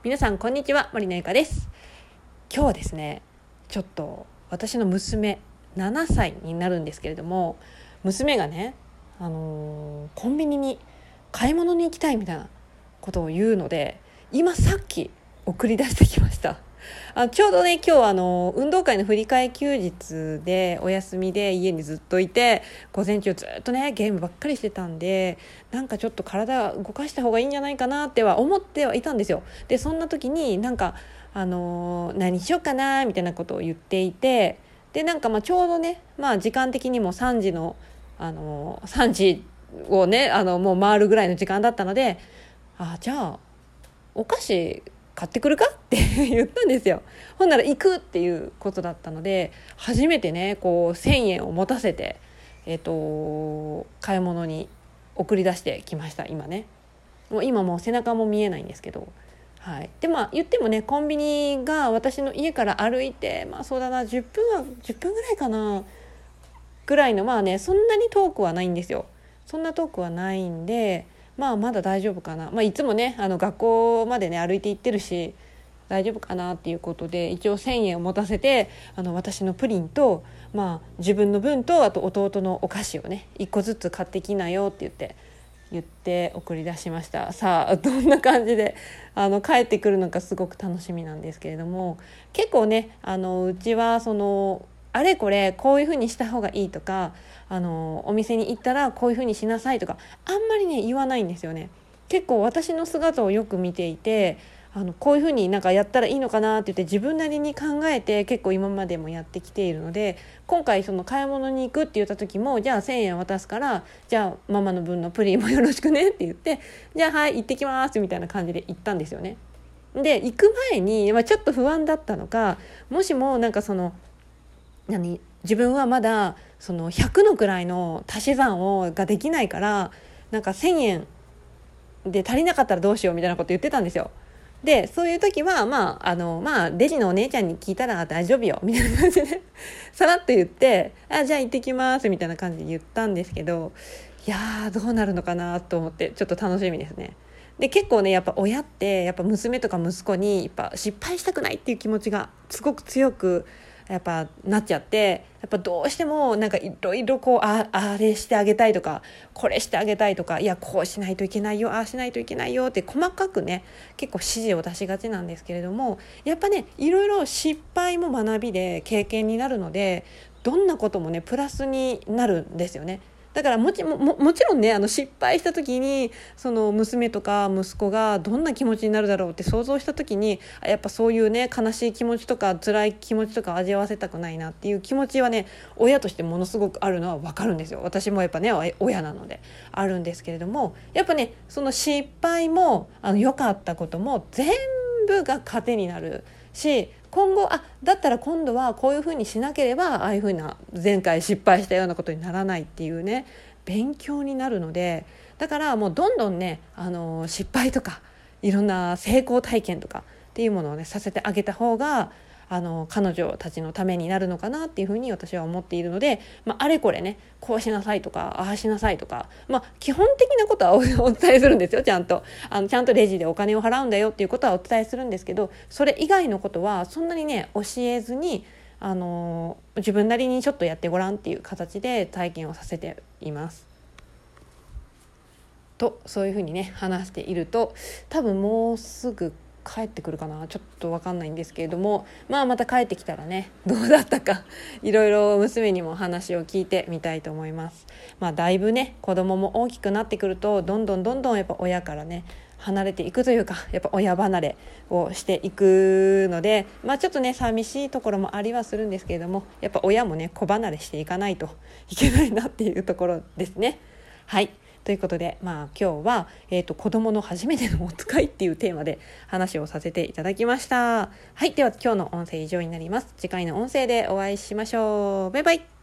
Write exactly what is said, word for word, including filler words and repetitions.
皆さんこんにちは、森のゆかです。今日はですね、ちょっと私の娘ななさいになるんですけれども、娘がね、あのー、コンビニに買い物に行きたいみたいなことを言うので、今さっき送り出してきました。あちょうどね、今日あの運動会の振り替え休日でお休みで家にずっといて、午前中ずっとねゲームばっかりしてたんで、なんかちょっと体動かした方がいいんじゃないかなっては思ってはいたんですよ。でそんな時になんかあのー、何しようかなみたいなことを言っていて、でなんかまあちょうどね、まあ時間的にもさんじのあのー、さんじをねあのもう回るぐらいの時間だったので、あじゃあお菓子買ってくるかって言ったんですよ。ほんなら行くっていうことだったので、初めてねこうせんえんを持たせて、えーと、買い物に送り出してきました。今ねもう今もう背中も見えないんですけど、はい、でまあ言ってもねコンビニが私の家から歩いてまあそうだなじゅっぷんはじゅっぷんぐらいかなぐらいの、まあねそんなに遠くはないんですよ。そんな遠くはないんで、まあまだ大丈夫かな、まあ、いつもねあの学校までね歩いて行ってるし大丈夫かなっていうことで、一応せんえんを持たせて、あの私のプリンと、まあ、自分の分とあと弟のお菓子をねいっこずつ買ってきなよって言って言って送り出しました。さあどんな感じであの帰ってくるのかすごく楽しみなんですけれども、結構ねあのうちはそのあれこれこういう風にした方がいいとか、あのお店に行ったらこういう風にしなさいとかあんまりね言わないんですよね。結構私の姿をよく見ていて、あのこういう風になんかやったらいいのかなって言って自分なりに考えて結構今までもやってきているので、今回その買い物に行くって言った時も、じゃあせんえん渡すからじゃあママの分のプリンもよろしくねって言って、じゃあはい行ってきますみたいな感じで行ったんですよね。で行く前に、まあ、ちょっと不安だったのか、もしもなんかその何自分はまだそのひゃくの位の足し算をができないから、なんかせんえんで足りなかったらどうしようみたいなこと言ってたんですよ。でそういう時はまああのまあレジのお姉ちゃんに聞いたら大丈夫よみたいな感じでさらっと言って、あじゃあ行ってきますみたいな感じで言ったんですけど、いやーどうなるのかなと思ってちょっと楽しみですね。で結構ねやっぱ親ってやっぱ娘とか息子にやっぱ失敗したくないっていう気持ちがすごく強くやっぱなっちゃって、やっぱどうしてもなんかいろいろこう あ, あれしてあげたいとかこれしてあげたいとか、いやこうしないといけないよああしないといけないよって細かくね結構指示を出しがちなんですけれども、やっぱねいろいろ失敗も学びで経験になるので、どんなこともねプラスになるんですよね。だからもち も, もちろんねあの失敗した時にその娘とか息子がどんな気持ちになるだろうって想像した時に、やっぱそういうね悲しい気持ちとか辛い気持ちとか味わわせたくないなっていう気持ちはね親としてものすごくあるのは分かるんですよ。私もやっぱね親なのであるんですけれども、やっぱねその失敗もあの良かったことも全部が糧になるし、今後あだったら今度はこういうふうにしなければああいうふうな前回失敗したようなことにならないっていうね勉強になるので、だからもうどんどんねあの失敗とかいろんな成功体験とかっていうものをねさせてあげた方があの彼女たちのためになるのかなっていうふうに私は思っているので、まあ、あれこれねこうしなさいとかああしなさいとか、まあ、基本的なことは お, お伝えするんですよ。ちゃんとあのちゃんとレジでお金を払うんだよっていうことはお伝えするんですけど、それ以外のことはそんなにね教えずにあの自分なりにちょっとやってごらんっていう形で体験をさせていますと、そういうふうにね話していると、多分もうすぐ帰ってくるかな、ちょっと分かんないんですけれども、まあまた帰ってきたらねどうだったかいろいろ娘にも話を聞いてみたいと思います。まあだいぶね子供も大きくなってくるとどんどんどんどんやっぱ親からね離れていくというか、やっぱ親離れをしていくので、まあちょっとね寂しいところもありはするんですけれども、やっぱ親もね子離れしていかないといけないなっていうところですね。はいということで、まあ、今日は、えーと、子供の初めてのお使いっていうテーマで話をさせていただきました。はい、では今日の音声以上になります。次回の音声でお会いしましょう。バイバイ。